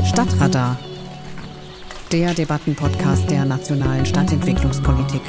Stadtradar, der Debattenpodcast der nationalen Stadtentwicklungspolitik.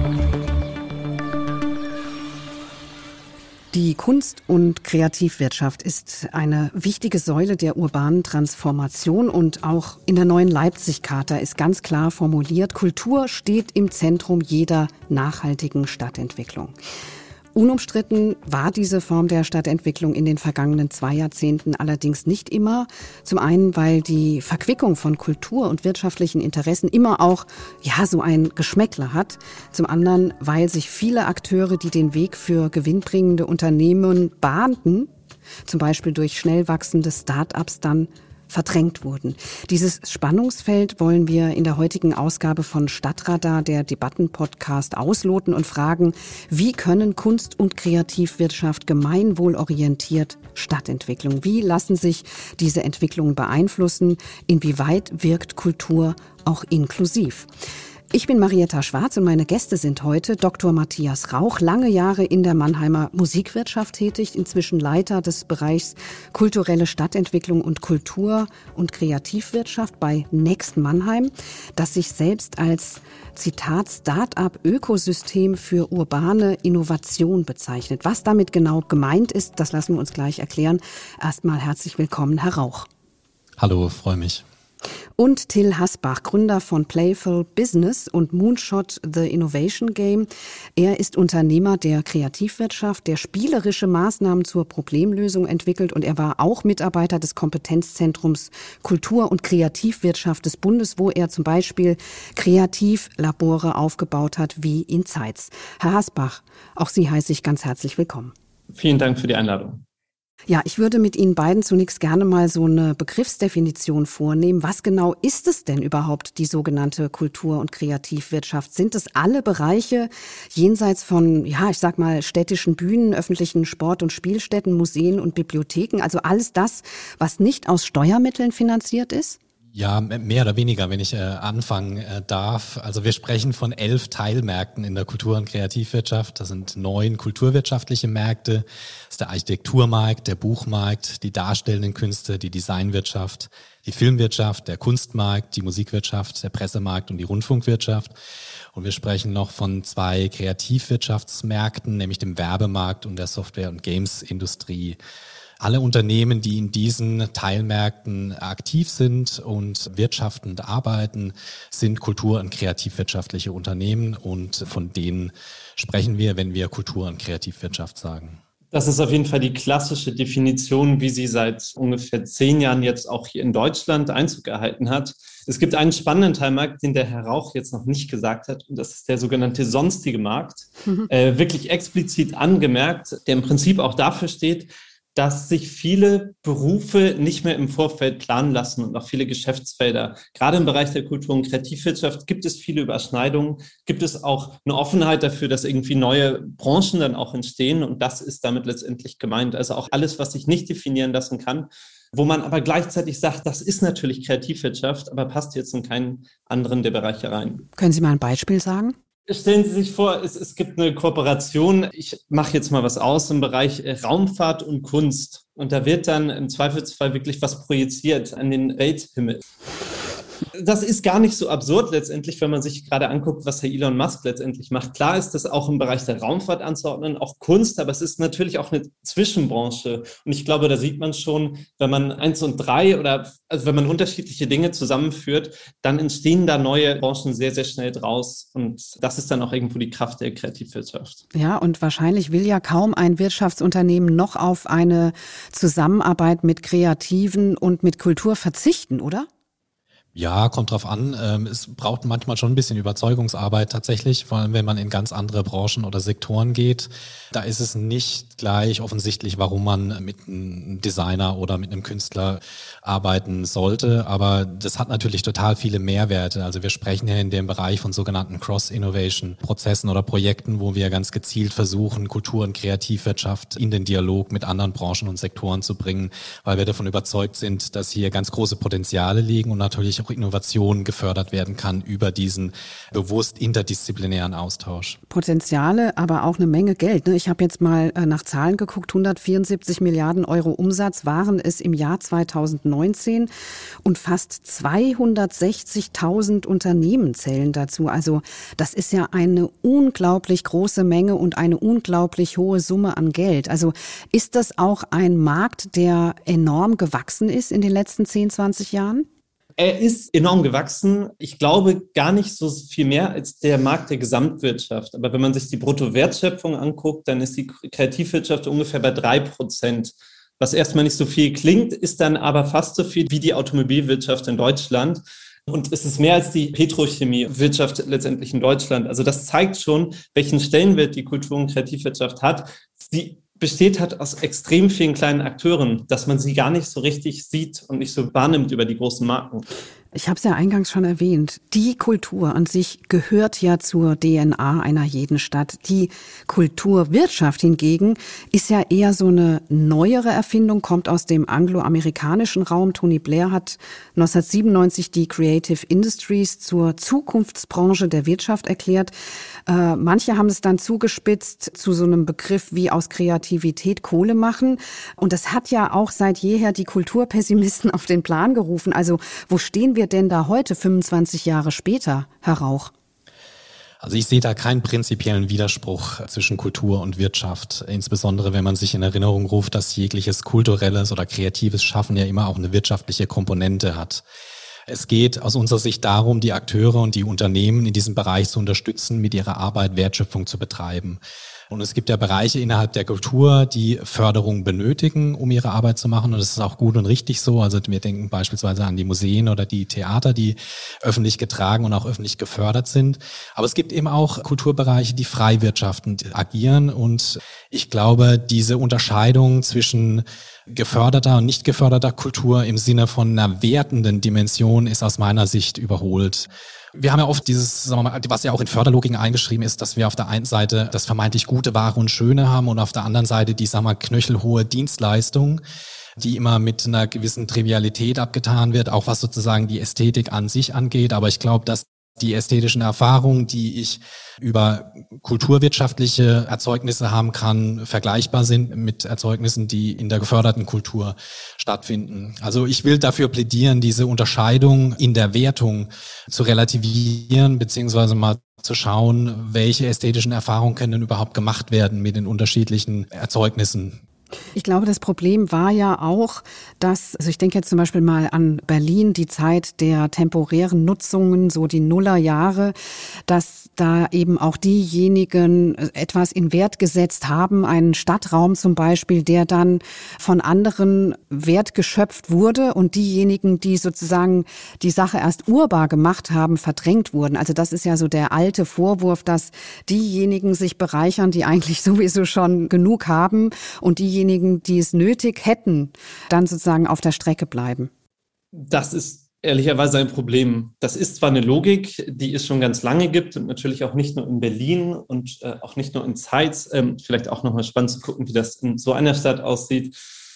Die Kunst- und Kreativwirtschaft ist eine wichtige Säule der urbanen Transformation und auch in der neuen Leipzig-Charta ist ganz klar formuliert, Kultur steht im Zentrum jeder nachhaltigen Stadtentwicklung. Unumstritten war diese Form der Stadtentwicklung in den vergangenen 2 Jahrzehnten allerdings nicht immer. Zum einen, weil die Verquickung von Kultur und wirtschaftlichen Interessen immer auch, so ein Geschmäckle hat. Zum anderen, weil sich viele Akteure, die den Weg für gewinnbringende Unternehmen bahnten, zum Beispiel durch schnell wachsende Start-ups dann verdrängt wurden. Dieses Spannungsfeld wollen wir in der heutigen Ausgabe von Stadtradar, der Debattenpodcast, ausloten und fragen, wie können Kunst- und Kreativwirtschaft gemeinwohlorientiert Stadtentwicklung? Wie lassen sich diese Entwicklungen beeinflussen? Inwieweit wirkt Kultur auch inklusiv? Ich bin Marietta Schwarz und meine Gäste sind heute Dr. Matthias Rauch, lange Jahre in der Mannheimer Musikwirtschaft tätig, inzwischen Leiter des Bereichs kulturelle Stadtentwicklung und Kultur- und Kreativwirtschaft bei Next Mannheim, das sich selbst als, Zitat, Start-up-Ökosystem für urbane Innovation bezeichnet. Was damit genau gemeint ist, das lassen wir uns gleich erklären. Erstmal herzlich willkommen, Herr Rauch. Hallo, freue mich. Und Till Hasbach, Gründer von Playful Business und Moonshot The Innovation Game. Er ist Unternehmer der Kreativwirtschaft, der spielerische Maßnahmen zur Problemlösung entwickelt und er war auch Mitarbeiter des Kompetenzzentrums Kultur- und Kreativwirtschaft des Bundes, wo er zum Beispiel Kreativlabore aufgebaut hat, wie in Zeitz. Herr Hasbach, auch Sie heiße ich ganz herzlich willkommen. Vielen Dank für die Einladung. Ja, ich würde mit Ihnen beiden zunächst gerne mal so eine Begriffsdefinition vornehmen. Was genau ist es denn überhaupt, die sogenannte Kultur- und Kreativwirtschaft? Sind es alle Bereiche jenseits von, städtischen Bühnen, öffentlichen Sport- und Spielstätten, Museen und Bibliotheken? Also alles das, was nicht aus Steuermitteln finanziert ist? Ja, mehr oder weniger, wenn ich anfangen darf. Also wir sprechen von 11 Teilmärkten in der Kultur- und Kreativwirtschaft. Das sind 9 kulturwirtschaftliche Märkte. Das ist der Architekturmarkt, der Buchmarkt, die darstellenden Künste, die Designwirtschaft, die Filmwirtschaft, der Kunstmarkt, die Musikwirtschaft, der Pressemarkt und die Rundfunkwirtschaft. Und wir sprechen noch von 2 Kreativwirtschaftsmärkten, nämlich dem Werbemarkt und der Software- und Games-Industrie. Alle Unternehmen, die in diesen Teilmärkten aktiv sind und wirtschaftend arbeiten, sind kultur- und kreativwirtschaftliche Unternehmen und von denen sprechen wir, wenn wir Kultur- und Kreativwirtschaft sagen. Das ist auf jeden Fall die klassische Definition, wie sie seit ungefähr 10 Jahren jetzt auch hier in Deutschland Einzug erhalten hat. Es gibt einen spannenden Teilmarkt, den der Herr Rauch jetzt noch nicht gesagt hat, und das ist der sogenannte sonstige Markt. Wirklich explizit angemerkt, der im Prinzip auch dafür steht, dass sich viele Berufe nicht mehr im Vorfeld planen lassen und auch viele Geschäftsfelder. Gerade im Bereich der Kultur- und Kreativwirtschaft gibt es viele Überschneidungen, gibt es auch eine Offenheit dafür, dass irgendwie neue Branchen dann auch entstehen und das ist damit letztendlich gemeint. Also auch alles, was sich nicht definieren lassen kann, wo man aber gleichzeitig sagt, das ist natürlich Kreativwirtschaft, aber passt jetzt in keinen anderen der Bereiche rein. Können Sie mal ein Beispiel sagen? Stellen Sie sich vor, es gibt eine Kooperation, ich mache jetzt mal was aus im Bereich Raumfahrt und Kunst und da wird dann im Zweifelsfall wirklich was projiziert an den Welthimmel. Das ist gar nicht so absurd letztendlich, wenn man sich gerade anguckt, was Herr Elon Musk letztendlich macht. Klar ist das auch im Bereich der Raumfahrt anzuordnen, auch Kunst, aber es ist natürlich auch eine Zwischenbranche. Und ich glaube, da sieht man schon, wenn man 1 und 3 wenn man unterschiedliche Dinge zusammenführt, dann entstehen da neue Branchen sehr, sehr schnell draus. Und das ist dann auch irgendwo die Kraft der Kreativwirtschaft. Ja, und wahrscheinlich will ja kaum ein Wirtschaftsunternehmen noch auf eine Zusammenarbeit mit Kreativen und mit Kultur verzichten, oder? Ja, kommt drauf an. Es braucht manchmal schon ein bisschen Überzeugungsarbeit tatsächlich, vor allem wenn man in ganz andere Branchen oder Sektoren geht. Da ist es nicht gleich offensichtlich, warum man mit einem Designer oder mit einem Künstler arbeiten sollte. Aber das hat natürlich total viele Mehrwerte. Also wir sprechen ja in dem Bereich von sogenannten Cross-Innovation-Prozessen oder Projekten, wo wir ganz gezielt versuchen, Kultur- und Kreativwirtschaft in den Dialog mit anderen Branchen und Sektoren zu bringen, weil wir davon überzeugt sind, dass hier ganz große Potenziale liegen und natürlich auch Innovation gefördert werden kann über diesen bewusst interdisziplinären Austausch. Potenziale, aber auch eine Menge Geld. Ich habe jetzt mal nach Zahlen geguckt, 174 Milliarden Euro Umsatz waren es im Jahr 2019 und fast 260.000 Unternehmen zählen dazu. Also das ist ja eine unglaublich große Menge und eine unglaublich hohe Summe an Geld. Also ist das auch ein Markt, der enorm gewachsen ist in den letzten 10, 20 Jahren? Er ist enorm gewachsen. Ich glaube gar nicht so viel mehr als der Markt der Gesamtwirtschaft. Aber wenn man sich die Bruttowertschöpfung anguckt, dann ist die Kreativwirtschaft ungefähr bei 3%. Was erstmal nicht so viel klingt, ist dann aber fast so viel wie die Automobilwirtschaft in Deutschland. Und es ist mehr als die Petrochemiewirtschaft letztendlich in Deutschland. Also das zeigt schon, welchen Stellenwert die Kultur- und Kreativwirtschaft hat. Sie besteht halt aus extrem vielen kleinen Akteuren, dass man sie gar nicht so richtig sieht und nicht so wahrnimmt über die großen Marken. Ich habe es ja eingangs schon erwähnt. Die Kultur an sich gehört ja zur DNA einer jeden Stadt. Die Kulturwirtschaft hingegen ist ja eher so eine neuere Erfindung, kommt aus dem angloamerikanischen Raum. Tony Blair hat 1997 die Creative Industries zur Zukunftsbranche der Wirtschaft erklärt. Manche haben es dann zugespitzt zu so einem Begriff wie aus Kreativität Kohle machen. Und das hat ja auch seit jeher die Kulturpessimisten auf den Plan gerufen. Also wo stehen wir denn da heute, 25 Jahre später, Herr Rauch? Also ich sehe da keinen prinzipiellen Widerspruch zwischen Kultur und Wirtschaft, insbesondere wenn man sich in Erinnerung ruft, dass jegliches kulturelles oder kreatives Schaffen ja immer auch eine wirtschaftliche Komponente hat. Es geht aus unserer Sicht darum, die Akteure und die Unternehmen in diesem Bereich zu unterstützen, mit ihrer Arbeit Wertschöpfung zu betreiben. Und es gibt ja Bereiche innerhalb der Kultur, die Förderung benötigen, um ihre Arbeit zu machen. Und das ist auch gut und richtig so. Also wir denken beispielsweise an die Museen oder die Theater, die öffentlich getragen und auch öffentlich gefördert sind. Aber es gibt eben auch Kulturbereiche, die frei wirtschaftend agieren. Und ich glaube, diese Unterscheidung zwischen geförderter und nicht geförderter Kultur im Sinne von einer wertenden Dimension ist aus meiner Sicht überholt. Wir haben ja oft dieses, sagen wir mal, was ja auch in Förderlogiken eingeschrieben ist, dass wir auf der einen Seite das vermeintlich gute, wahre und Schöne haben und auf der anderen Seite die, sagen wir mal, knöchelhohe Dienstleistung, die immer mit einer gewissen Trivialität abgetan wird, auch was sozusagen die Ästhetik an sich angeht. Aber ich glaube, dass die ästhetischen Erfahrungen, die ich über kulturwirtschaftliche Erzeugnisse haben kann, vergleichbar sind mit Erzeugnissen, die in der geförderten Kultur stattfinden. Also ich will dafür plädieren, diese Unterscheidung in der Wertung zu relativieren, beziehungsweise mal zu schauen, welche ästhetischen Erfahrungen können denn überhaupt gemacht werden mit den unterschiedlichen Erzeugnissen. Ich glaube, das Problem war ja auch, dass, also ich denke jetzt zum Beispiel mal an Berlin, die Zeit der temporären Nutzungen, so die Nullerjahre, dass da eben auch diejenigen etwas in Wert gesetzt haben, einen Stadtraum zum Beispiel, der dann von anderen wertgeschöpft wurde und diejenigen, die sozusagen die Sache erst urbar gemacht haben, verdrängt wurden. Also das ist ja so der alte Vorwurf, dass diejenigen sich bereichern, die eigentlich sowieso schon genug haben und diejenigen, die es nötig hätten, dann sozusagen auf der Strecke bleiben. Das ist ehrlicherweise ein Problem. Das ist zwar eine Logik, die es schon ganz lange gibt und natürlich auch nicht nur in Berlin und auch nicht nur in Zeitz. Vielleicht auch nochmal spannend zu gucken, wie das in so einer Stadt aussieht.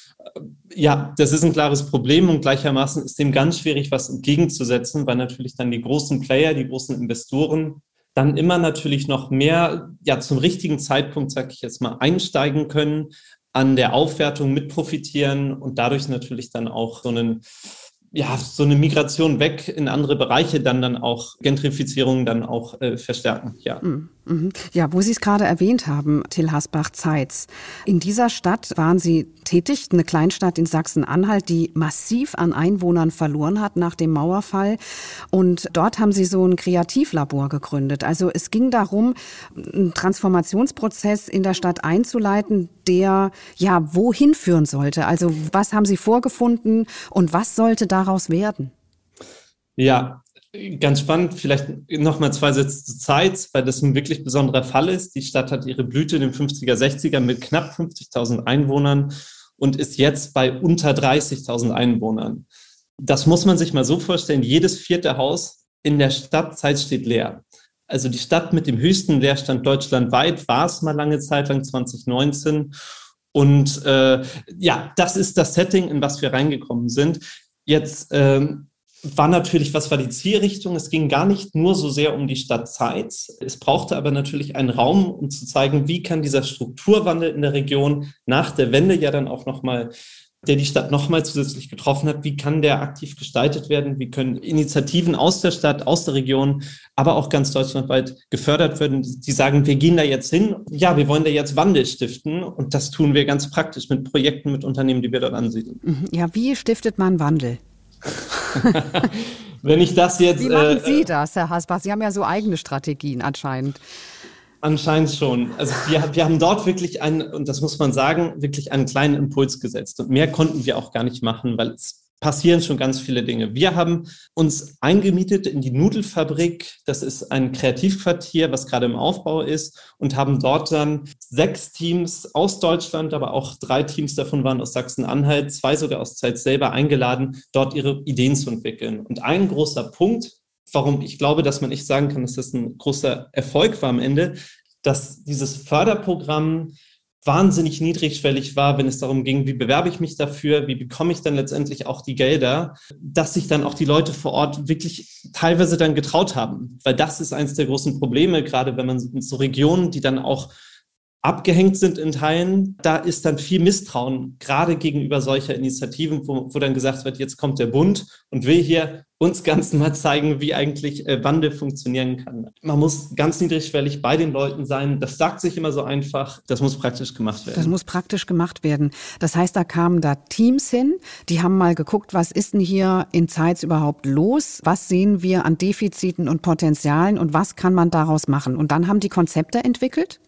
Ja, das ist ein klares Problem und gleichermaßen ist dem ganz schwierig, was entgegenzusetzen, weil natürlich dann die großen Player, die großen Investoren dann immer natürlich noch mehr zum richtigen Zeitpunkt, sage ich jetzt mal, einsteigen können, an der Aufwertung mit profitieren und dadurch natürlich dann auch so eine Migration weg in andere Bereiche dann auch Gentrifizierung dann auch verstärken. Ja. Ja, wo Sie es gerade erwähnt haben, Till Hasbach-Zeitz. In dieser Stadt waren Sie tätig, eine Kleinstadt in Sachsen-Anhalt, die massiv an Einwohnern verloren hat nach dem Mauerfall. Und dort haben Sie so ein Kreativlabor gegründet. Also es ging darum, einen Transformationsprozess in der Stadt einzuleiten, der wohin führen sollte. Also was haben Sie vorgefunden und was sollte daraus werden? Ja, ganz spannend. Vielleicht nochmal 2 Sätze zur Zeit, weil das ein wirklich besonderer Fall ist. Die Stadt hat ihre Blüte in den 50er, 60er mit knapp 50.000 Einwohnern und ist jetzt bei unter 30.000 Einwohnern. Das muss man sich mal so vorstellen. Jedes 4. Haus in der Stadt Zeitz steht leer. Also die Stadt mit dem höchsten Leerstand deutschlandweit war es mal lange Zeit lang, 2019. Und das ist das Setting, in was wir reingekommen sind. Jetzt war natürlich, was war die Zielrichtung? Es ging gar nicht nur so sehr um die Stadt Zeitz. Es brauchte aber natürlich einen Raum, um zu zeigen, wie kann dieser Strukturwandel in der Region nach der Wende ja dann auch nochmal, der die Stadt nochmal zusätzlich getroffen hat, wie kann der aktiv gestaltet werden? Wie können Initiativen aus der Stadt, aus der Region, aber auch ganz deutschlandweit gefördert werden, die sagen, wir gehen da jetzt hin, ja, wir wollen da jetzt Wandel stiften und das tun wir ganz praktisch mit Projekten, mit Unternehmen, die wir dort ansiedeln. Ja, wie stiftet man Wandel? Wenn ich das jetzt... Wie machen Sie das, Herr Hasbach? Sie haben ja so eigene Strategien anscheinend. Anscheinend schon. Also wir haben dort wirklich und das muss man sagen, wirklich einen kleinen Impuls gesetzt. Und mehr konnten wir auch gar nicht machen, weil es passieren schon ganz viele Dinge. Wir haben uns eingemietet in die Nudelfabrik. Das ist ein Kreativquartier, was gerade im Aufbau ist, und haben dort dann 6 Teams aus Deutschland, aber auch 3 Teams davon waren aus Sachsen-Anhalt, 2 sogar aus Zeitz selber eingeladen, dort ihre Ideen zu entwickeln. Und ein großer Punkt, warum ich glaube, dass man nicht sagen kann, dass das ein großer Erfolg war am Ende, dass dieses Förderprogramm wahnsinnig niedrigschwellig war, wenn es darum ging, wie bewerbe ich mich dafür, wie bekomme ich dann letztendlich auch die Gelder, dass sich dann auch die Leute vor Ort wirklich teilweise dann getraut haben. Weil das ist eines der großen Probleme, gerade wenn man so Regionen, die dann auch abgehängt sind in Teilen, da ist dann viel Misstrauen, gerade gegenüber solcher Initiativen, wo dann gesagt wird, jetzt kommt der Bund und will hier uns ganz mal zeigen, wie eigentlich Wandel funktionieren kann. Man muss ganz niedrigschwellig bei den Leuten sein. Das sagt sich immer so einfach. Das muss praktisch gemacht werden. Das muss praktisch gemacht werden. Das heißt, da kamen da Teams hin, die haben mal geguckt, was ist denn hier in Zeitz überhaupt los? Was sehen wir an Defiziten und Potenzialen und was kann man daraus machen? Und dann haben die Konzepte entwickelt?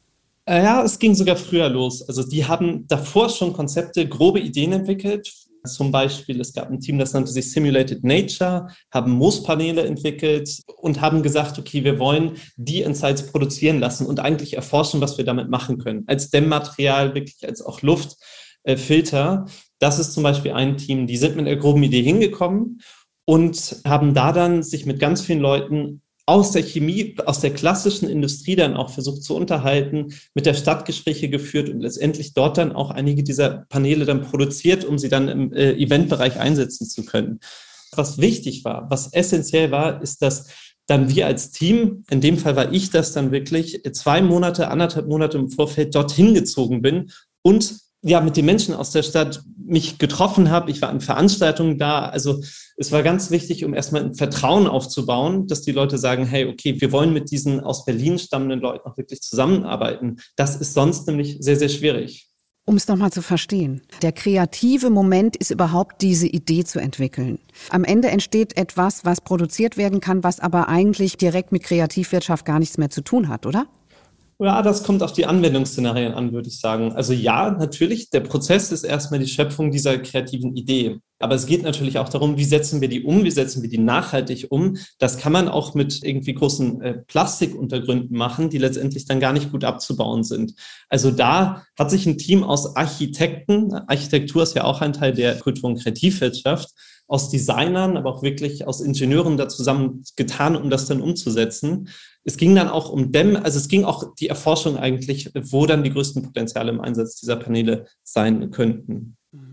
Ja, es ging sogar früher los. Also die haben davor schon Konzepte, grobe Ideen entwickelt. Zum Beispiel, es gab ein Team, das nannte sich Simulated Nature, haben Moospaneele entwickelt und haben gesagt, okay, wir wollen die in Zeitz produzieren lassen und eigentlich erforschen, was wir damit machen können. Als Dämmmaterial, wirklich als auch Luftfilter. Das ist zum Beispiel ein Team, die sind mit einer groben Idee hingekommen und haben da dann sich mit ganz vielen Leuten aus der Chemie, aus der klassischen Industrie dann auch versucht zu unterhalten, mit der Stadt Gespräche geführt und letztendlich dort dann auch einige dieser Paneele dann produziert, um sie dann im Eventbereich einsetzen zu können. Was wichtig war, was essentiell war, ist, dass dann wir als Team, in dem Fall war ich das dann wirklich, 2 Monate, 1,5 Monate im Vorfeld dorthin gezogen bin und ja, mit den Menschen aus der Stadt mich getroffen habe. Ich war an Veranstaltungen da. Also es war ganz wichtig, um erstmal ein Vertrauen aufzubauen, dass die Leute sagen, hey, okay, wir wollen mit diesen aus Berlin stammenden Leuten auch wirklich zusammenarbeiten. Das ist sonst nämlich sehr, sehr schwierig. Um es nochmal zu verstehen. Der kreative Moment ist überhaupt diese Idee zu entwickeln. Am Ende entsteht etwas, was produziert werden kann, was aber eigentlich direkt mit Kreativwirtschaft gar nichts mehr zu tun hat, oder? Ja, das kommt auf die Anwendungsszenarien an, würde ich sagen. Also ja, natürlich, der Prozess ist erstmal die Schöpfung dieser kreativen Idee. Aber es geht natürlich auch darum, wie setzen wir die um, wie setzen wir die nachhaltig um. Das kann man auch mit irgendwie großen Plastikuntergründen machen, die letztendlich dann gar nicht gut abzubauen sind. Also da hat sich ein Team aus Architekten, Architektur ist ja auch ein Teil der Kultur- und Kreativwirtschaft, aus Designern, aber auch wirklich aus Ingenieuren da zusammen getan, um das dann umzusetzen. Es ging dann auch um also es ging auch die Erforschung eigentlich, wo dann die größten Potenziale im Einsatz dieser Paneele sein könnten.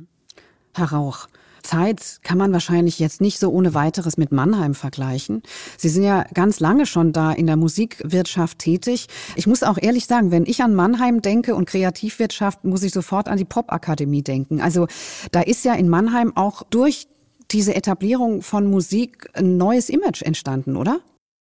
Herr Rauch, Zeitz kann man wahrscheinlich jetzt nicht so ohne weiteres mit Mannheim vergleichen. Sie sind ja ganz lange schon da in der Musikwirtschaft tätig. Ich muss auch ehrlich sagen, wenn ich an Mannheim denke und Kreativwirtschaft, muss ich sofort an die Popakademie denken. Also da ist ja in Mannheim auch durch diese Etablierung von Musik ein neues Image entstanden, oder?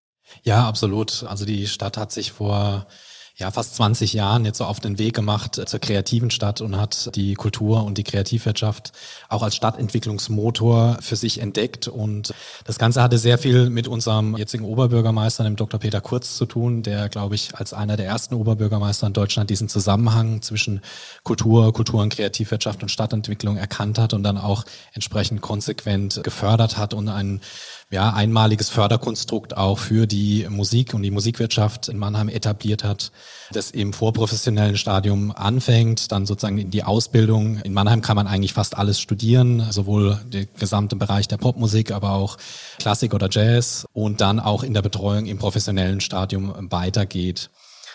Ja, absolut. Also die Stadt hat sich vor fast 20 Jahren jetzt so auf den Weg gemacht zur kreativen Stadt und hat die Kultur und die Kreativwirtschaft auch als Stadtentwicklungsmotor für sich entdeckt. Und das Ganze hatte sehr viel mit unserem jetzigen Oberbürgermeister, dem Dr. Peter Kurz, zu tun, der, glaube ich, als einer der ersten Oberbürgermeister in Deutschland diesen Zusammenhang zwischen Kultur und Kreativwirtschaft und Stadtentwicklung erkannt hat und dann auch entsprechend konsequent gefördert hat und ein einmaliges Förderkonstrukt auch für die Musik und die Musikwirtschaft in Mannheim etabliert hat, das im vorprofessionellen Stadium anfängt, dann sozusagen in die Ausbildung. In Mannheim kann man eigentlich fast alles studieren, sowohl der gesamte Bereich der Popmusik, aber auch Klassik oder Jazz und dann auch in der Betreuung im professionellen Stadium weitergeht.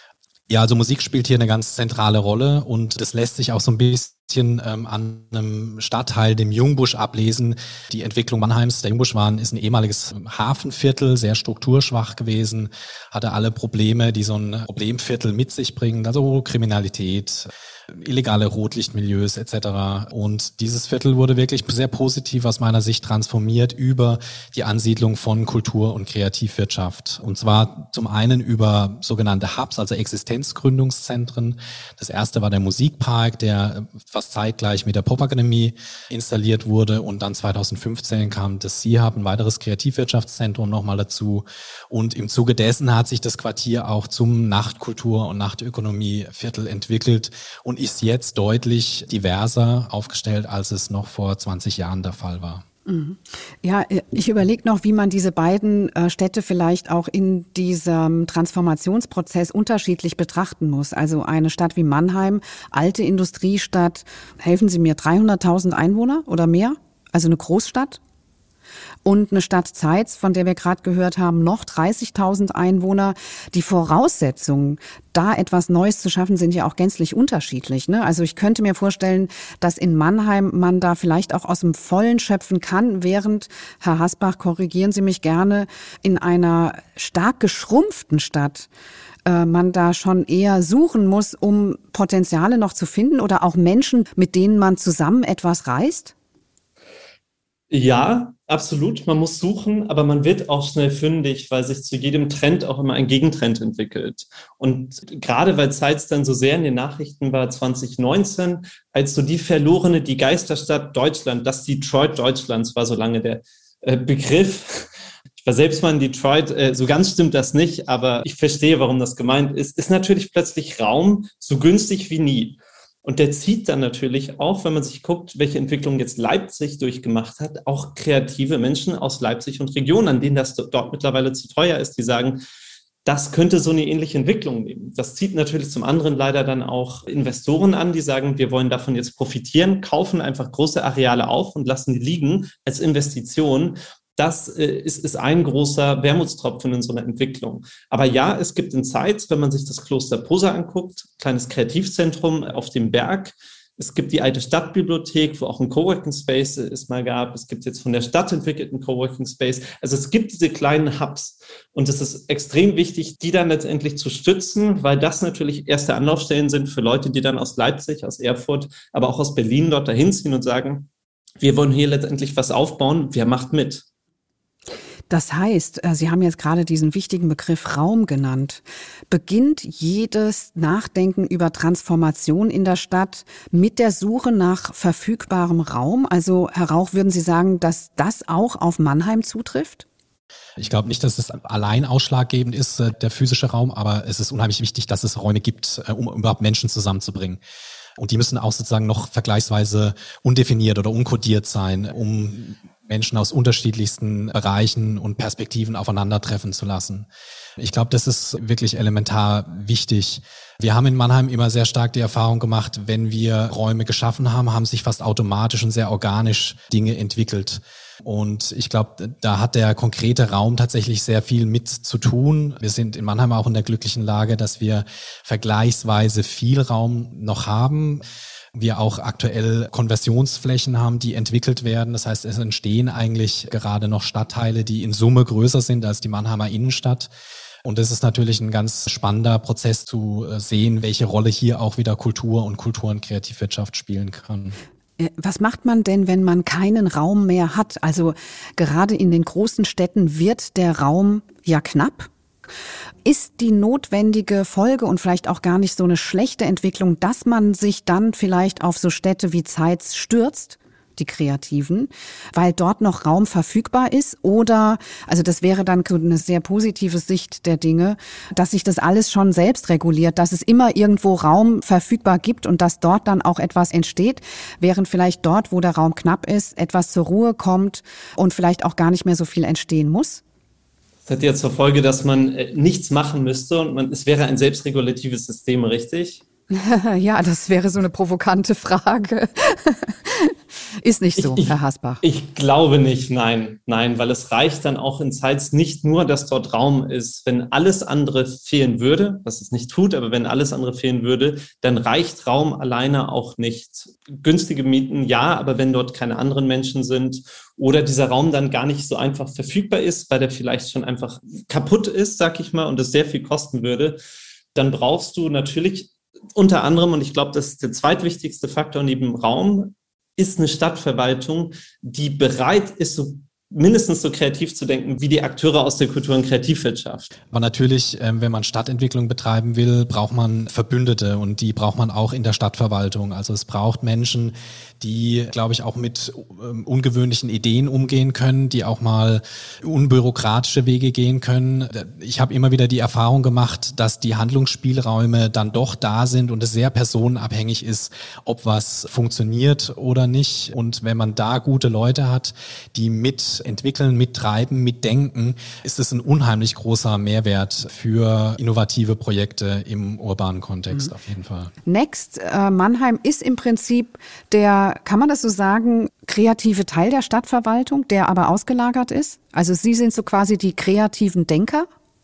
Ja, also Musik spielt hier eine ganz zentrale Rolle und das lässt sich auch so ein bisschen an einem Stadtteil, dem Jungbusch, ablesen. Die Entwicklung Mannheims, der Jungbusch ist ein ehemaliges Hafenviertel, sehr strukturschwach gewesen, hatte alle Probleme, die so ein Problemviertel mit sich bringen, also Kriminalität, illegale Rotlichtmilieus etc. Und dieses Viertel wurde wirklich sehr positiv aus meiner Sicht transformiert über die Ansiedlung von Kultur- und Kreativwirtschaft. Und zwar zum einen über sogenannte Hubs, also Existenzgründungszentren. Das erste war der Musikpark, der fast zeitgleich mit der Popakademie installiert wurde. Und dann 2015 kam das Sea-Hub, ein weiteres Kreativwirtschaftszentrum nochmal dazu. Und im Zuge dessen hat sich das Quartier auch zum Nachtkultur- und Nachtökonomieviertel entwickelt und ist jetzt deutlich diverser aufgestellt, als es noch vor 20 Jahren der Fall war. Ja, ich überlege noch, wie man diese beiden Städte vielleicht auch in diesem Transformationsprozess unterschiedlich betrachten muss. Also eine Stadt wie Mannheim, alte Industriestadt, helfen Sie mir, 300.000 Einwohner oder mehr? Also eine Großstadt. Und eine Stadt Zeitz, von der wir gerade gehört haben, noch 30.000 Einwohner. Die Voraussetzungen, da etwas Neues zu schaffen, sind ja auch gänzlich unterschiedlich, ne? Also ich könnte mir vorstellen, dass in Mannheim man da vielleicht auch aus dem Vollen schöpfen kann, während, Herr Hasbach, korrigieren Sie mich gerne, in einer stark geschrumpften Stadt man da schon eher suchen muss, um Potenziale noch zu finden oder auch Menschen, mit denen man zusammen etwas reißt? Ja, absolut. Man muss suchen, aber man wird auch schnell fündig, weil sich zu jedem Trend auch immer ein Gegentrend entwickelt. Und gerade weil Zeitz dann so sehr in den Nachrichten war 2019, als so die Geisterstadt Deutschland, das Detroit Deutschlands war so lange der Begriff. Ich war selbst mal in Detroit, so ganz stimmt das nicht, aber ich verstehe, warum das gemeint ist natürlich plötzlich Raum so günstig wie nie. Und der zieht dann natürlich auch, wenn man sich guckt, welche Entwicklung jetzt Leipzig durchgemacht hat, auch kreative Menschen aus Leipzig und Regionen, an denen das dort mittlerweile zu teuer ist, die sagen, das könnte so eine ähnliche Entwicklung nehmen. Das zieht natürlich zum anderen leider dann auch Investoren an, die sagen, wir wollen davon jetzt profitieren, kaufen einfach große Areale auf und lassen die liegen als Investition. Das ist ein großer Wermutstropfen in so einer Entwicklung. Aber ja, es gibt in Zeitz, wenn man sich das Kloster Posa anguckt, kleines Kreativzentrum auf dem Berg. Es gibt die alte Stadtbibliothek, wo auch ein Coworking Space es mal gab. Es gibt jetzt von der Stadt entwickelten Coworking Space. Also es gibt diese kleinen Hubs. Und es ist extrem wichtig, die dann letztendlich zu stützen, weil das natürlich erste Anlaufstellen sind für Leute, die dann aus Leipzig, aus Erfurt, aber auch aus Berlin dort dahin ziehen und sagen, wir wollen hier letztendlich was aufbauen. Wer macht mit? Das heißt, Sie haben jetzt gerade diesen wichtigen Begriff Raum genannt. Beginnt jedes Nachdenken über Transformation in der Stadt mit der Suche nach verfügbarem Raum? Also, Herr Rauch, würden Sie sagen, dass das auch auf Mannheim zutrifft? Ich glaube nicht, dass es allein ausschlaggebend ist, der physische Raum, aber es ist unheimlich wichtig, dass es Räume gibt, um überhaupt Menschen zusammenzubringen. Und die müssen auch sozusagen noch vergleichsweise undefiniert oder unkodiert sein, um Menschen aus unterschiedlichsten Bereichen und Perspektiven aufeinandertreffen zu lassen. Ich glaube, das ist wirklich elementar wichtig. Wir haben in Mannheim immer sehr stark die Erfahrung gemacht, wenn wir Räume geschaffen haben, haben sich fast automatisch und sehr organisch Dinge entwickelt. Und ich glaube, da hat der konkrete Raum tatsächlich sehr viel mit zu tun. Wir sind in Mannheim auch in der glücklichen Lage, dass wir vergleichsweise viel Raum noch haben. Wir auch aktuell Konversionsflächen haben, die entwickelt werden. Das heißt, es entstehen eigentlich gerade noch Stadtteile, die in Summe größer sind als die Mannheimer Innenstadt. Und es ist natürlich ein ganz spannender Prozess zu sehen, welche Rolle hier auch wieder Kultur und Kreativwirtschaft spielen kann. Was macht man denn, wenn man keinen Raum mehr hat? Also gerade in den großen Städten wird der Raum ja knapp. Ist die notwendige Folge und vielleicht auch gar nicht so eine schlechte Entwicklung, dass man sich dann vielleicht auf so Städte wie Zeitz stürzt, die Kreativen, weil dort noch Raum verfügbar ist? Oder, also das wäre dann eine sehr positive Sicht der Dinge, dass sich das alles schon selbst reguliert, dass es immer irgendwo Raum verfügbar gibt und dass dort dann auch etwas entsteht, während vielleicht dort, wo der Raum knapp ist, etwas zur Ruhe kommt und vielleicht auch gar nicht mehr so viel entstehen muss? Das hat ja zur Folge, dass man nichts machen müsste und es wäre ein selbstregulatives System, richtig? Ja, das wäre so eine provokante Frage. Ist nicht so, Herr Hasbach. Ich glaube nicht, nein, weil es reicht dann auch in Zeitz nicht nur, dass dort Raum ist. Wenn alles andere fehlen würde, was es nicht tut, aber wenn alles andere fehlen würde, dann reicht Raum alleine auch nicht. Günstige Mieten, ja, aber wenn dort keine anderen Menschen sind oder dieser Raum dann gar nicht so einfach verfügbar ist, weil der vielleicht schon einfach kaputt ist, sag ich mal, und es sehr viel kosten würde, dann brauchst du natürlich unter anderem, und ich glaube, das ist der zweitwichtigste Faktor neben Raum, ist eine Stadtverwaltung, die bereit ist, so mindestens so kreativ zu denken wie die Akteure aus der Kultur- und Kreativwirtschaft. Aber natürlich, wenn man Stadtentwicklung betreiben will, braucht man Verbündete und die braucht man auch in der Stadtverwaltung. Also es braucht Menschen, die, glaube ich, auch mit ungewöhnlichen Ideen umgehen können, die auch mal unbürokratische Wege gehen können. Ich habe immer wieder die Erfahrung gemacht, dass die Handlungsspielräume dann doch da sind und es sehr personenabhängig ist, ob was funktioniert oder nicht. Und wenn man da gute Leute hat, die mitentwickeln, mittreiben, mitdenken, ist es ein unheimlich großer Mehrwert für innovative Projekte im urbanen Kontext auf jeden Fall. Next Mannheim ist im Prinzip kann man das so sagen, kreative Teil der Stadtverwaltung, der aber ausgelagert ist? Also Sie sind so quasi die kreativen Denker?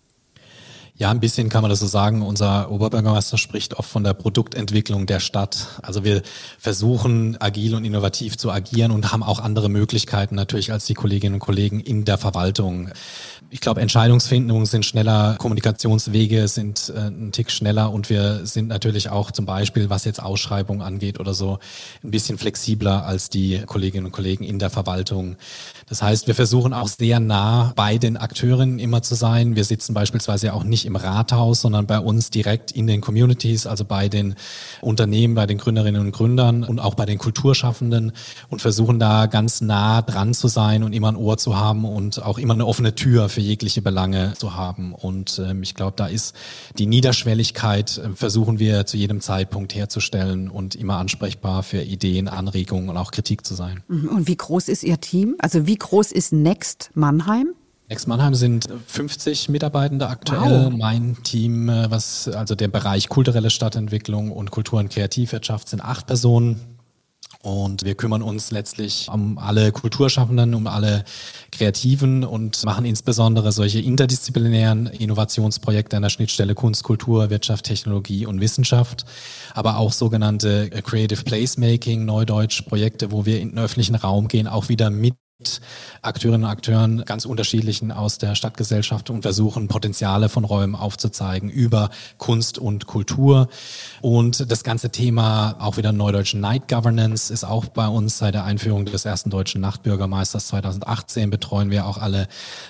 Ja, ein bisschen kann man das so sagen. Unser Oberbürgermeister spricht oft von der Produktentwicklung der Stadt. Also wir versuchen, agil und innovativ zu agieren und haben auch andere Möglichkeiten natürlich als die Kolleginnen und Kollegen in der Verwaltung. Ich glaube, Entscheidungsfindungen sind schneller, Kommunikationswege sind ein Tick schneller und wir sind natürlich auch zum Beispiel, was jetzt Ausschreibungen angeht oder so, ein bisschen flexibler als die Kolleginnen und Kollegen in der Verwaltung. Das heißt, wir versuchen auch sehr nah bei den Akteurinnen immer zu sein. Wir sitzen beispielsweise auch nicht im Rathaus, sondern bei uns direkt in den Communities, also bei den Unternehmen, bei den Gründerinnen und Gründern und auch bei den Kulturschaffenden und versuchen da ganz nah dran zu sein und immer ein Ohr zu haben und auch immer eine offene Tür für jegliche Belange zu haben. Und ich glaube, da ist die Niederschwelligkeit, versuchen wir zu jedem Zeitpunkt herzustellen und immer ansprechbar für Ideen, Anregungen und auch Kritik zu sein. Und wie groß ist Ihr Team? Also wie groß ist Next Mannheim? Next Mannheim sind 50 Mitarbeitende aktuell. Wow. Mein Team, also der Bereich kulturelle Stadtentwicklung und Kultur- und Kreativwirtschaft sind 8 Personen. Und wir kümmern uns letztlich um alle Kulturschaffenden, um alle Kreativen und machen insbesondere solche interdisziplinären Innovationsprojekte an der Schnittstelle Kunst, Kultur, Wirtschaft, Technologie und Wissenschaft, aber auch sogenannte Creative Placemaking, Neudeutsch Projekte, wo wir in den öffentlichen Raum gehen, auch wieder mit Akteurinnen und Akteuren ganz unterschiedlichen aus der Stadtgesellschaft und versuchen, Potenziale von Räumen aufzuzeigen über Kunst und Kultur. Und das ganze Thema auch wieder neudeutschen Night Governance ist auch bei uns seit der Einführung des ersten deutschen Nachtbürgermeisters 2018 betreuen wir auch alle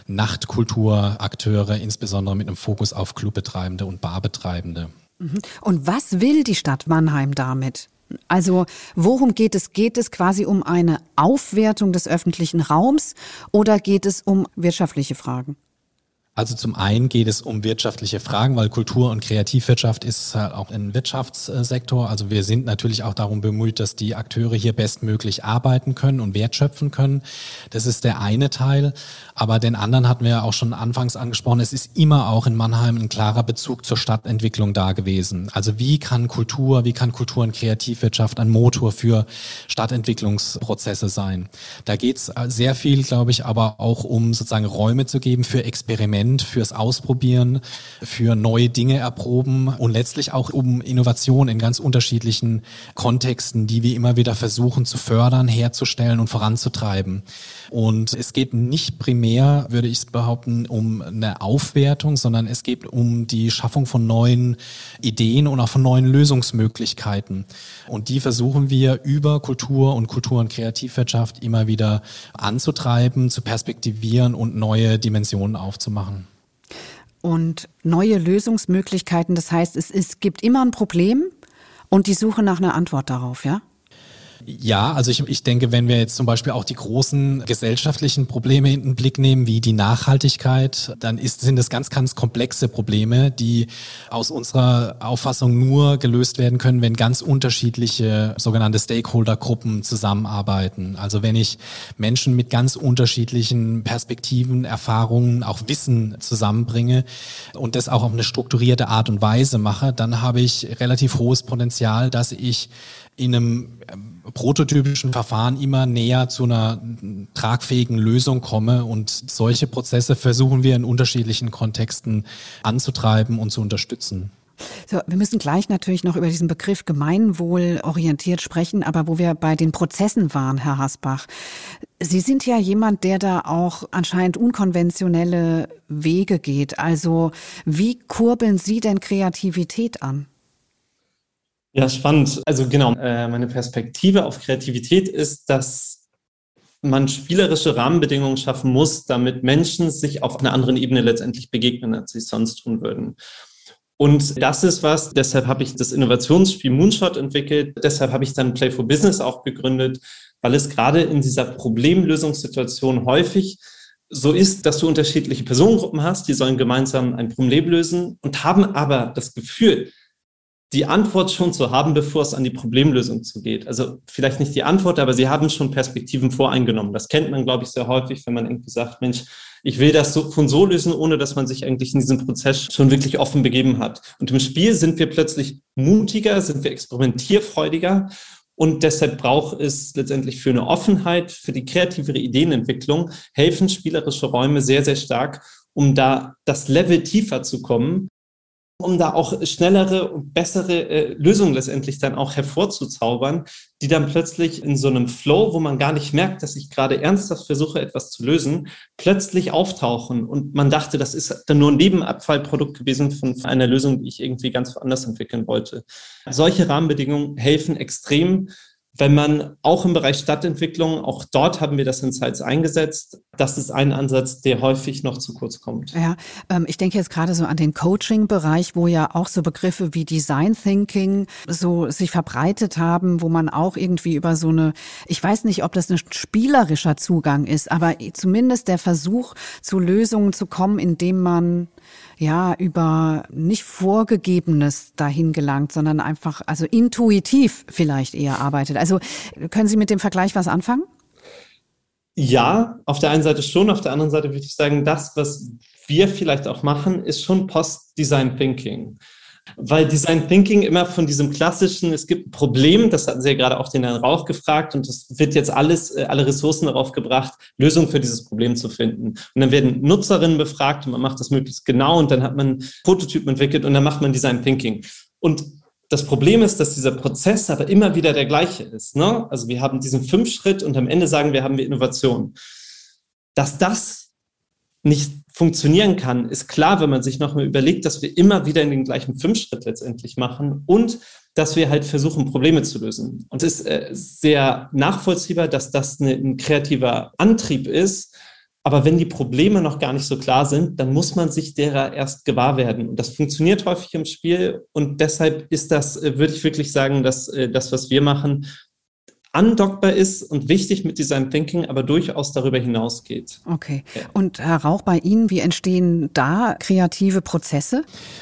Nachtkulturakteure, insbesondere mit einem Fokus auf Clubbetreibende und Barbetreibende. Und was will die Stadt Mannheim damit? Also worum geht es? Geht es quasi um eine Aufwertung des öffentlichen Raums oder geht es um wirtschaftliche Fragen? Also zum einen geht es um wirtschaftliche Fragen, weil Kultur- und Kreativwirtschaft ist halt auch ein Wirtschaftssektor. Also wir sind natürlich auch darum bemüht, dass die Akteure hier bestmöglich arbeiten können und Wert schöpfen können. Das ist der eine Teil. Aber den anderen hatten wir ja auch schon anfangs angesprochen. Es ist immer auch in Mannheim ein klarer Bezug zur Stadtentwicklung da gewesen. Also wie kann Kultur und Kreativwirtschaft ein Motor für Stadtentwicklungsprozesse sein? Da geht es sehr viel, glaube ich, aber auch um sozusagen Räume zu geben für Experimente, fürs Ausprobieren, für neue Dinge erproben und letztlich auch um Innovation in ganz unterschiedlichen Kontexten, die wir immer wieder versuchen zu fördern, herzustellen und voranzutreiben. Und es geht nicht primär, würde ich behaupten, um eine Aufwertung, sondern es geht um die Schaffung von neuen Ideen und auch von neuen Lösungsmöglichkeiten. Und die versuchen wir über Kultur und Kreativwirtschaft immer wieder anzutreiben, zu perspektivieren und neue Dimensionen aufzumachen. Und neue Lösungsmöglichkeiten, das heißt, es gibt immer ein Problem und die Suche nach einer Antwort darauf, ja? Ja, also ich denke, wenn wir jetzt zum Beispiel auch die großen gesellschaftlichen Probleme in den Blick nehmen, wie die Nachhaltigkeit, dann sind es ganz, ganz komplexe Probleme, die aus unserer Auffassung nur gelöst werden können, wenn ganz unterschiedliche sogenannte Stakeholder-Gruppen zusammenarbeiten. Also wenn ich Menschen mit ganz unterschiedlichen Perspektiven, Erfahrungen, auch Wissen zusammenbringe und das auch auf eine strukturierte Art und Weise mache, dann habe ich relativ hohes Potenzial, dass ich in einem prototypischen Verfahren immer näher zu einer tragfähigen Lösung komme. Und solche Prozesse versuchen wir in unterschiedlichen Kontexten anzutreiben und zu unterstützen. So, wir müssen gleich natürlich noch über diesen Begriff gemeinwohlorientiert sprechen, aber wo wir bei den Prozessen waren, Herr Hasbach. Sie sind ja jemand, der da auch anscheinend unkonventionelle Wege geht. Also wie kurbeln Sie denn Kreativität an? Ja, spannend. Also genau, meine Perspektive auf Kreativität ist, dass man spielerische Rahmenbedingungen schaffen muss, damit Menschen sich auf einer anderen Ebene letztendlich begegnen, als sie es sonst tun würden. Und das ist was, deshalb habe ich das Innovationsspiel Moonshot entwickelt, deshalb habe ich dann Play for Business auch gegründet, weil es gerade in dieser Problemlösungssituation häufig so ist, dass du unterschiedliche Personengruppen hast, die sollen gemeinsam ein Problem lösen und haben aber das Gefühl, die Antwort schon zu haben, bevor es an die Problemlösung zugeht. Also vielleicht nicht die Antwort, aber sie haben schon Perspektiven voreingenommen. Das kennt man, glaube ich, sehr häufig, wenn man irgendwie sagt, Mensch, ich will das so lösen, ohne dass man sich eigentlich in diesem Prozess schon wirklich offen begeben hat. Und im Spiel sind wir plötzlich mutiger, sind wir experimentierfreudiger. Und deshalb braucht es letztendlich für eine Offenheit, für die kreativere Ideenentwicklung, helfen spielerische Räume sehr, sehr stark, um da das Level tiefer zu kommen, um da auch schnellere und bessere Lösungen letztendlich dann auch hervorzuzaubern, die dann plötzlich in so einem Flow, wo man gar nicht merkt, dass ich gerade ernsthaft versuche, etwas zu lösen, plötzlich auftauchen. Und man dachte, das ist dann nur ein Nebenabfallprodukt gewesen von einer Lösung, die ich irgendwie ganz woanders entwickeln wollte. Solche Rahmenbedingungen helfen extrem, wenn man auch im Bereich Stadtentwicklung, auch dort haben wir das in Sites eingesetzt. Das ist ein Ansatz, der häufig noch zu kurz kommt. Ja, ich denke jetzt gerade so an den Coaching-Bereich, wo ja auch so Begriffe wie Design Thinking so sich verbreitet haben, wo man auch irgendwie über so eine, ich weiß nicht, ob das ein spielerischer Zugang ist, aber zumindest der Versuch, zu Lösungen zu kommen, indem man ja über nicht Vorgegebenes dahin gelangt, sondern einfach, also intuitiv vielleicht eher arbeitet. Also können Sie mit dem Vergleich was anfangen? Ja, auf der einen Seite schon, auf der anderen Seite würde ich sagen, das, was wir vielleicht auch machen, ist schon Post-Design Thinking. Weil Design Thinking immer von diesem klassischen, es gibt ein Problem, das hatten Sie ja gerade auch den Herrn Rauch gefragt, und es wird jetzt alle Ressourcen darauf gebracht, Lösungen für dieses Problem zu finden. Und dann werden Nutzerinnen befragt und man macht das möglichst genau und dann hat man Prototypen entwickelt und dann macht man Design Thinking. Und das Problem ist, dass dieser Prozess aber immer wieder der gleiche ist, ne? Also wir haben diesen 5-Schritt und am Ende sagen wir, haben wir Innovation. Dass das nicht funktionieren kann, ist klar, wenn man sich nochmal überlegt, dass wir immer wieder in den gleichen 5-Schritt letztendlich machen und dass wir halt versuchen, Probleme zu lösen. Und es ist sehr nachvollziehbar, dass das ein kreativer Antrieb ist. Aber wenn die Probleme noch gar nicht so klar sind, dann muss man sich derer erst gewahr werden. Und das funktioniert häufig im Spiel. Und deshalb ist das, würde ich wirklich sagen, dass das, was wir machen, andockbar ist und wichtig mit Design Thinking, aber durchaus darüber hinausgeht. Okay. Ja. Und Herr Rauch, bei Ihnen, wie entstehen da kreative Prozesse?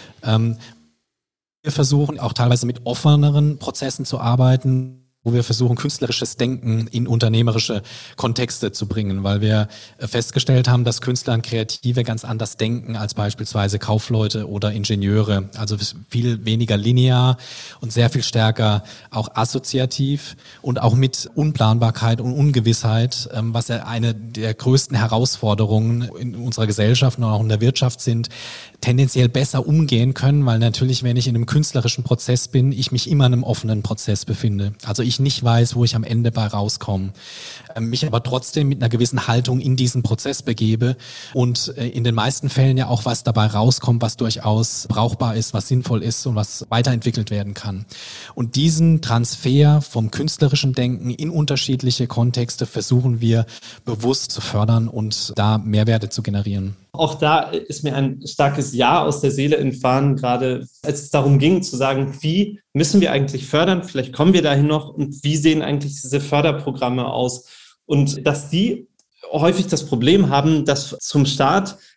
Wir versuchen auch teilweise mit offeneren Prozessen zu arbeiten, wo wir versuchen, künstlerisches Denken in unternehmerische Kontexte zu bringen, weil wir festgestellt haben, dass Künstler und Kreative ganz anders denken als beispielsweise Kaufleute oder Ingenieure. Also viel weniger linear und sehr viel stärker auch assoziativ und auch mit Unplanbarkeit und Ungewissheit, was ja eine der größten Herausforderungen in unserer Gesellschaft und auch in der Wirtschaft sind, tendenziell besser umgehen können, weil natürlich, wenn ich in einem künstlerischen Prozess bin, ich mich immer in einem offenen Prozess befinde. Also ich nicht weiß, wo ich am Ende bei rauskomme, mich aber trotzdem mit einer gewissen Haltung in diesen Prozess begebe und in den meisten Fällen ja auch was dabei rauskommt, was durchaus brauchbar ist, was sinnvoll ist und was weiterentwickelt werden kann. Und diesen Transfer vom künstlerischen Denken in unterschiedliche Kontexte versuchen wir bewusst zu fördern und da Mehrwerte zu generieren. Auch da ist mir ein starkes Ja aus der Seele entfahren, gerade als es darum ging zu sagen, wie müssen wir eigentlich fördern, vielleicht kommen wir dahin noch, und wie sehen eigentlich diese Förderprogramme aus? Und dass die häufig das Problem haben, dass zum Start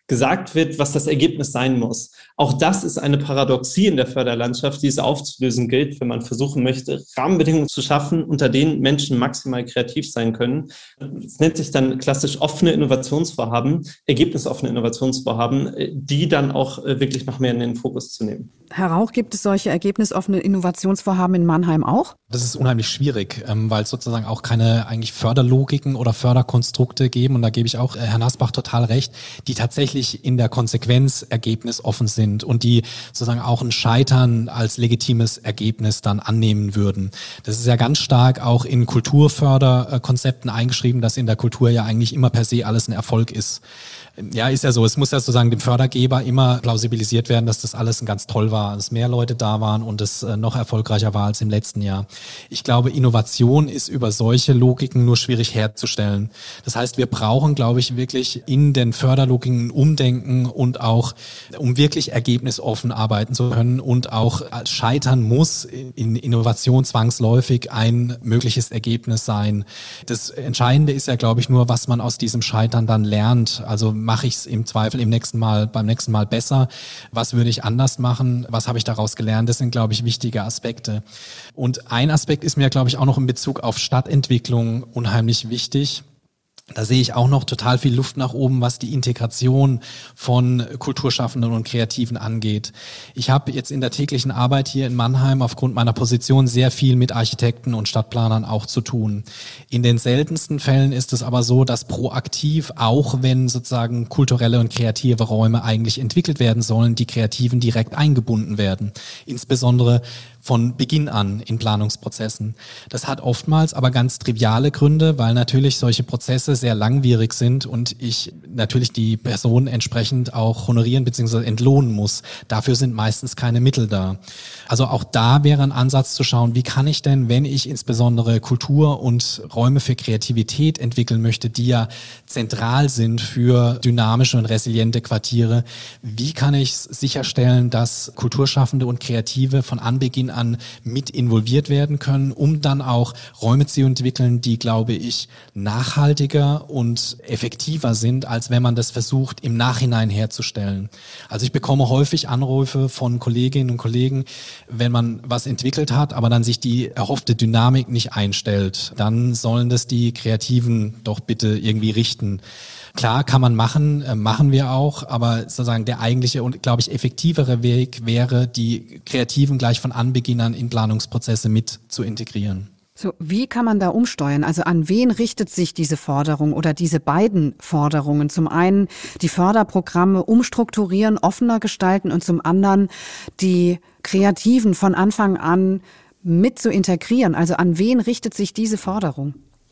gesagt wird, was das Ergebnis sein muss. Auch das ist eine Paradoxie in der Förderlandschaft, die es aufzulösen gilt, wenn man versuchen möchte, Rahmenbedingungen zu schaffen, unter denen Menschen maximal kreativ sein können. Es nennt sich dann klassisch offene Innovationsvorhaben, ergebnisoffene Innovationsvorhaben, die dann auch wirklich noch mehr in den Fokus zu nehmen. Herr Rauch, gibt es solche ergebnisoffene Innovationsvorhaben in Mannheim auch? Das ist unheimlich schwierig, weil es sozusagen auch keine eigentlich Förderlogiken oder Förderkonstrukte geben. Und da gebe ich auch Herrn Asbach total recht, die tatsächlich in der Konsequenz ergebnisoffen sind und die sozusagen auch ein Scheitern als legitimes Ergebnis dann annehmen würden. Das ist ja ganz stark auch in Kulturförderkonzepten eingeschrieben, dass in der Kultur ja eigentlich immer per se alles ein Erfolg ist. Ja, ist ja so. Es muss ja sozusagen dem Fördergeber immer plausibilisiert werden, dass das alles ganz toll war, dass mehr Leute da waren und es noch erfolgreicher war als im letzten Jahr. Ich glaube, Innovation ist über solche Logiken nur schwierig herzustellen. Das heißt, wir brauchen, glaube ich, wirklich in den Förderlogiken ein Umdenken und auch, um wirklich ergebnisoffen arbeiten zu können und auch als Scheitern muss in Innovation zwangsläufig ein mögliches Ergebnis sein. Das Entscheidende ist ja, glaube ich, nur, was man aus diesem Scheitern dann lernt. Also mache ich es im Zweifel beim nächsten Mal besser? Was würde ich anders machen? Was habe ich daraus gelernt? Das sind, glaube ich, wichtige Aspekte. Und ein Aspekt ist mir, glaube ich, auch noch in Bezug auf Stadtentwicklung unheimlich wichtig. Da sehe ich auch noch total viel Luft nach oben, was die Integration von Kulturschaffenden und Kreativen angeht. Ich habe jetzt in der täglichen Arbeit hier in Mannheim aufgrund meiner Position sehr viel mit Architekten und Stadtplanern auch zu tun. In den seltensten Fällen ist es aber so, dass proaktiv, auch wenn sozusagen kulturelle und kreative Räume eigentlich entwickelt werden sollen, die Kreativen direkt eingebunden werden. Insbesondere von Beginn an in Planungsprozessen. Das hat oftmals aber ganz triviale Gründe, weil natürlich solche Prozesse sehr langwierig sind und ich natürlich die Person entsprechend auch honorieren bzw. entlohnen muss. Dafür sind meistens keine Mittel da. Also auch da wäre ein Ansatz zu schauen, wie kann ich denn, wenn ich insbesondere Kultur und Räume für Kreativität entwickeln möchte, die ja zentral sind für dynamische und resiliente Quartiere, wie kann ich sicherstellen, dass Kulturschaffende und Kreative von Anbeginn an mit involviert werden können, um dann auch Räume zu entwickeln, die, glaube ich, nachhaltiger und effektiver sind, als wenn man das versucht, im Nachhinein herzustellen. Also ich bekomme häufig Anrufe von Kolleginnen und Kollegen, wenn man was entwickelt hat, aber dann sich die erhoffte Dynamik nicht einstellt, dann sollen das die Kreativen doch bitte irgendwie richten. Klar, kann man machen wir auch, aber sozusagen der eigentliche und, glaube ich, effektivere Weg wäre, die Kreativen gleich von Anbeginn an in Planungsprozesse mit zu integrieren. So, wie kann man da umsteuern? Also an wen richtet sich diese Forderung oder diese beiden Forderungen? Zum einen die Förderprogramme umstrukturieren, offener gestalten und zum anderen die Kreativen von Anfang an mit zu integrieren. Also an wen richtet sich diese Forderung?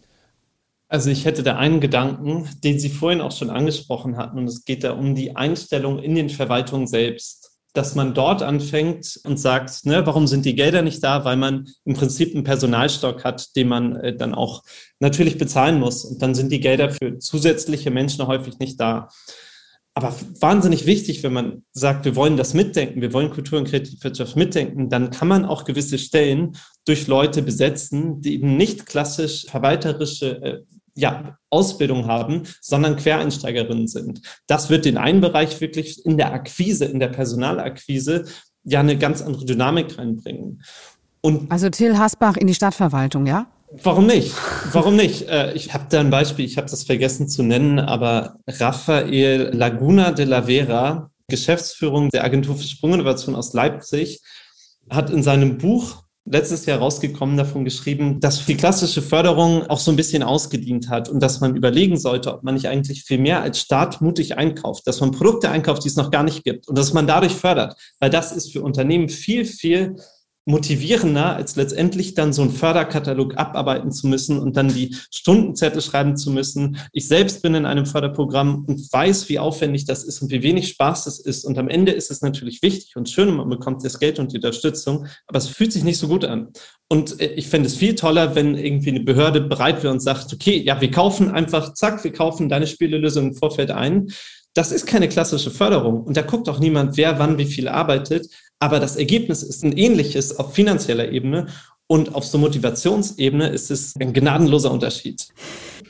Also ich hätte da einen Gedanken, den Sie vorhin auch schon angesprochen hatten, und es geht da um die Einstellung in den Verwaltungen selbst. Dass man dort anfängt und sagt, warum sind die Gelder nicht da? Weil man im Prinzip einen Personalstock hat, den man dann auch natürlich bezahlen muss. Und dann sind die Gelder für zusätzliche Menschen häufig nicht da. Aber wahnsinnig wichtig, wenn man sagt, wir wollen das mitdenken, wir wollen Kultur- und Kreativwirtschaft mitdenken, dann kann man auch gewisse Stellen durch Leute besetzen, die eben nicht klassisch verwalterische Ausbildung haben, sondern Quereinsteigerinnen sind. Das wird den einen Bereich wirklich in der Akquise, in der Personalakquise ja eine ganz andere Dynamik reinbringen. Und also Till Hasbach in die Stadtverwaltung, ja? Warum nicht? Warum nicht? Ich habe da ein Beispiel, ich habe das vergessen zu nennen, aber Rafael Laguna de la Vera, Geschäftsführung der Agentur für Sprunginnovation aus Leipzig, hat in seinem Buch letztes Jahr rausgekommen, davon geschrieben, dass die klassische Förderung auch so ein bisschen ausgedient hat und dass man überlegen sollte, ob man nicht eigentlich viel mehr als Staat mutig einkauft, dass man Produkte einkauft, die es noch gar nicht gibt und dass man dadurch fördert, weil das ist für Unternehmen viel, viel motivierender, als letztendlich dann so einen Förderkatalog abarbeiten zu müssen und dann die Stundenzettel schreiben zu müssen. Ich selbst bin in einem Förderprogramm und weiß, wie aufwendig das ist und wie wenig Spaß das ist. Und am Ende ist es natürlich wichtig und schön und man bekommt das Geld und die Unterstützung, aber es fühlt sich nicht so gut an. Und ich fände es viel toller, wenn irgendwie eine Behörde bereit wäre und sagt, okay, ja, wir kaufen einfach, zack, wir kaufen deine Spielelösung im Vorfeld ein. Das ist keine klassische Förderung und da guckt auch niemand, wer wann wie viel arbeitet. Aber das Ergebnis ist ein ähnliches auf finanzieller Ebene und auf so Motivationsebene ist es ein gnadenloser Unterschied.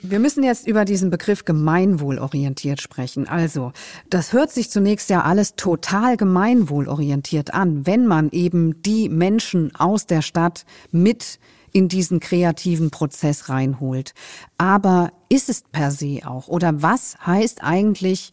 Wir müssen jetzt über diesen Begriff gemeinwohlorientiert sprechen. Also, das hört sich zunächst ja alles total gemeinwohlorientiert an, wenn man eben die Menschen aus der Stadt mit in diesen kreativen Prozess reinholt. Aber ist es per se auch? Oder was heißt eigentlich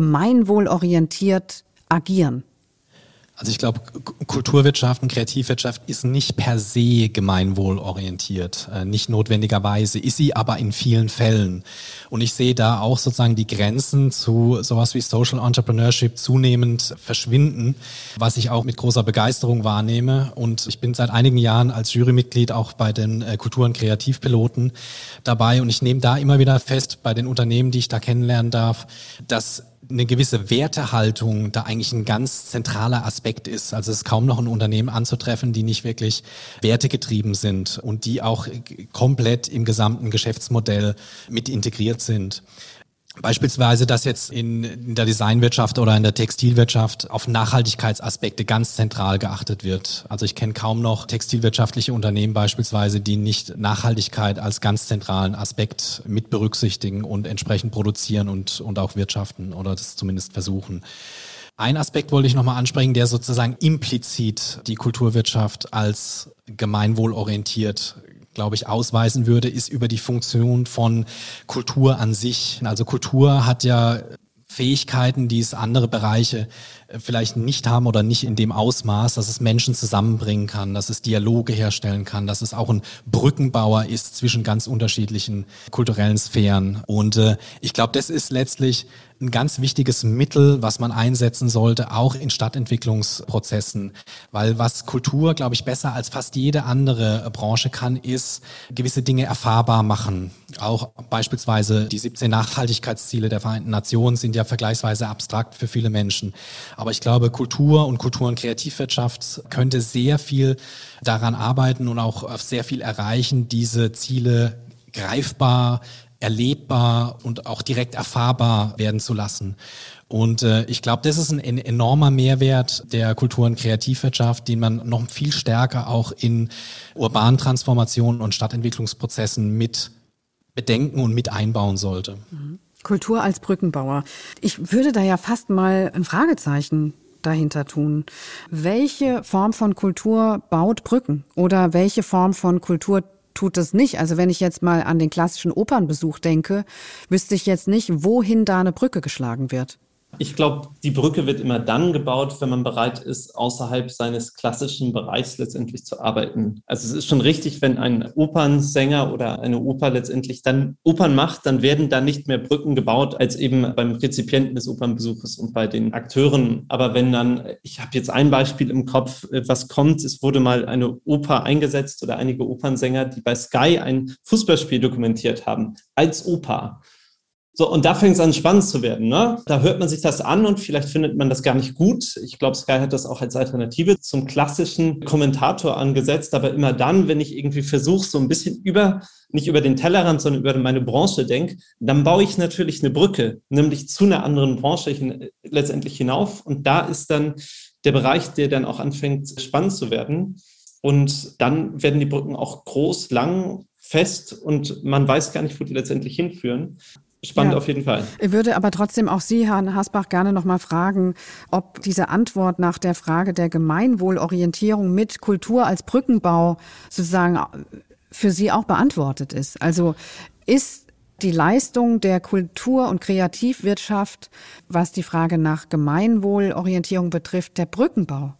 gemeinwohlorientiert agieren? Also ich glaube, Kulturwirtschaft und Kreativwirtschaft ist nicht per se gemeinwohlorientiert, nicht notwendigerweise, ist sie aber in vielen Fällen. Und ich sehe da auch sozusagen die Grenzen zu sowas wie Social Entrepreneurship zunehmend verschwinden, was ich auch mit großer Begeisterung wahrnehme. Und ich bin seit einigen Jahren als Jurymitglied auch bei den Kultur- und Kreativpiloten dabei und ich nehme da immer wieder fest, bei den Unternehmen, die ich da kennenlernen darf, dass eine gewisse Wertehaltung da eigentlich ein ganz zentraler Aspekt ist. Also es ist kaum noch ein Unternehmen anzutreffen, die nicht wirklich wertegetrieben sind und die auch komplett im gesamten Geschäftsmodell mit integriert sind. Beispielsweise, dass jetzt in der Designwirtschaft oder in der Textilwirtschaft auf Nachhaltigkeitsaspekte ganz zentral geachtet wird. Also ich kenne kaum noch textilwirtschaftliche Unternehmen beispielsweise, die nicht Nachhaltigkeit als ganz zentralen Aspekt mit berücksichtigen und entsprechend produzieren und auch wirtschaften oder das zumindest versuchen. Ein Aspekt wollte ich nochmal ansprechen, der sozusagen implizit die Kulturwirtschaft als gemeinwohlorientiert glaube ich, ausweisen würde, ist über die Funktion von Kultur an sich. Also Kultur hat ja Fähigkeiten, die es andere Bereiche vielleicht nicht haben oder nicht in dem Ausmaß, dass es Menschen zusammenbringen kann, dass es Dialoge herstellen kann, dass es auch ein Brückenbauer ist zwischen ganz unterschiedlichen kulturellen Sphären. Und ich glaube, das ist letztlich ein ganz wichtiges Mittel, was man einsetzen sollte, auch in Stadtentwicklungsprozessen. Weil was Kultur, glaube ich, besser als fast jede andere Branche kann, ist gewisse Dinge erfahrbar machen. Auch beispielsweise die 17 Nachhaltigkeitsziele der Vereinten Nationen sind ja vergleichsweise abstrakt für viele Menschen. Aber ich glaube, Kultur und Kreativwirtschaft könnte sehr viel daran arbeiten und auch sehr viel erreichen, diese Ziele greifbar, erlebbar und auch direkt erfahrbar werden zu lassen. Und ich glaube, das ist ein enormer Mehrwert der Kultur- und Kreativwirtschaft, den man noch viel stärker auch in urbanen Transformationen und Stadtentwicklungsprozessen mit bedenken und mit einbauen sollte. Kultur als Brückenbauer. Ich würde da ja fast mal ein Fragezeichen dahinter tun. Welche Form von Kultur baut Brücken? Oder welche Form von Kultur tut es nicht? Also wenn ich jetzt mal an den klassischen Opernbesuch denke, wüsste ich jetzt nicht, wohin da eine Brücke geschlagen wird. Ich glaube, die Brücke wird immer dann gebaut, wenn man bereit ist, außerhalb seines klassischen Bereichs letztendlich zu arbeiten. Also es ist schon richtig, wenn ein Opernsänger oder eine Oper letztendlich dann Opern macht, dann werden da nicht mehr Brücken gebaut, als eben beim Rezipienten des Opernbesuches und bei den Akteuren. Aber wenn dann, ich habe jetzt ein Beispiel im Kopf, was kommt, es wurde mal eine Oper eingesetzt oder einige Opernsänger, die bei Sky ein Fußballspiel dokumentiert haben, als Oper. So, und da fängt es an, spannend zu werden, ne? Da hört man sich das an und vielleicht findet man das gar nicht gut. Ich glaube, Sky hat das auch als Alternative zum klassischen Kommentator angesetzt. Aber immer dann, wenn ich irgendwie versuche, so ein bisschen nicht über den Tellerrand, sondern über meine Branche denke, dann baue ich natürlich eine Brücke, nämlich zu einer anderen Branche letztendlich hinauf. Und da ist dann der Bereich, der dann auch anfängt, spannend zu werden. Und dann werden die Brücken auch groß, lang, fest und man weiß gar nicht, wo die letztendlich hinführen. Spannend, ja. Auf jeden Fall. Ich würde aber trotzdem auch Sie, Herrn Hasbach, gerne noch mal fragen, ob diese Antwort nach der Frage der Gemeinwohlorientierung mit Kultur als Brückenbau sozusagen für Sie auch beantwortet ist. Also ist die Leistung der Kultur- und Kreativwirtschaft, was die Frage nach Gemeinwohlorientierung betrifft, der Brückenbau?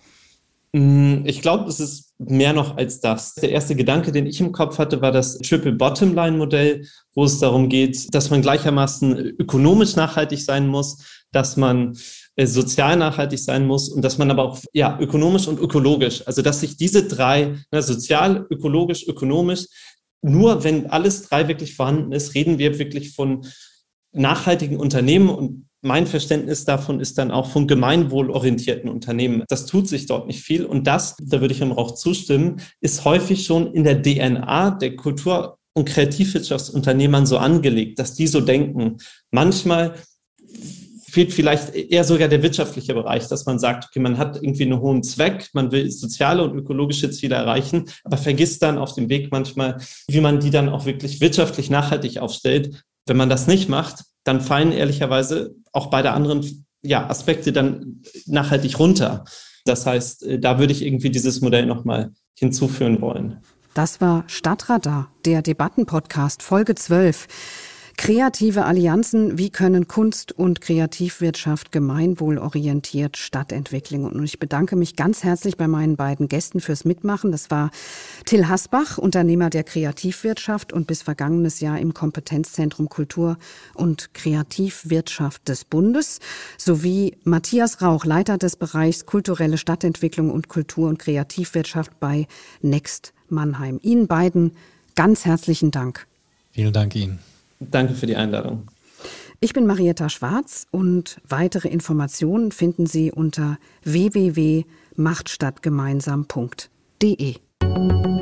Ich glaube, es ist mehr noch als das. Der erste Gedanke, den ich im Kopf hatte, war das Triple-Bottom-Line-Modell, wo es darum geht, dass man gleichermaßen ökonomisch nachhaltig sein muss, dass man sozial nachhaltig sein muss und dass man aber auch ökonomisch und ökologisch, also dass sich diese drei, sozial, ökologisch, ökonomisch, nur wenn alles drei wirklich vorhanden ist, reden wir wirklich von nachhaltigen Unternehmen und mein Verständnis davon ist dann auch von gemeinwohlorientierten Unternehmen. Das tut sich dort nicht viel und das, da würde ich ihm auch zustimmen, ist häufig schon in der DNA der Kultur- und Kreativwirtschaftsunternehmern so angelegt, dass die so denken. Manchmal fehlt vielleicht eher sogar der wirtschaftliche Bereich, dass man sagt, okay, man hat irgendwie einen hohen Zweck, man will soziale und ökologische Ziele erreichen, aber vergisst dann auf dem Weg manchmal, wie man die dann auch wirklich wirtschaftlich nachhaltig aufstellt. Wenn man das nicht macht, dann fallen ehrlicherweise auch beide anderen Aspekte dann nachhaltig runter. Das heißt, da würde ich irgendwie dieses Modell nochmal hinzuführen wollen. Das war Stadtradar, der Debattenpodcast, Folge 12. Kreative Allianzen, wie können Kunst- und Kreativwirtschaft gemeinwohlorientiert Stadtentwicklung? Und ich bedanke mich ganz herzlich bei meinen beiden Gästen fürs Mitmachen. Das war Till Hasbach, Unternehmer der Kreativwirtschaft und bis vergangenes Jahr im Kompetenzzentrum Kultur und Kreativwirtschaft des Bundes, sowie Matthias Rauch, Leiter des Bereichs Kulturelle Stadtentwicklung und Kultur- und Kreativwirtschaft bei Next Mannheim. Ihnen beiden ganz herzlichen Dank. Vielen Dank Ihnen. Danke für die Einladung. Ich bin Marietta Schwarz und weitere Informationen finden Sie unter www.machtstadtgemeinsam.de.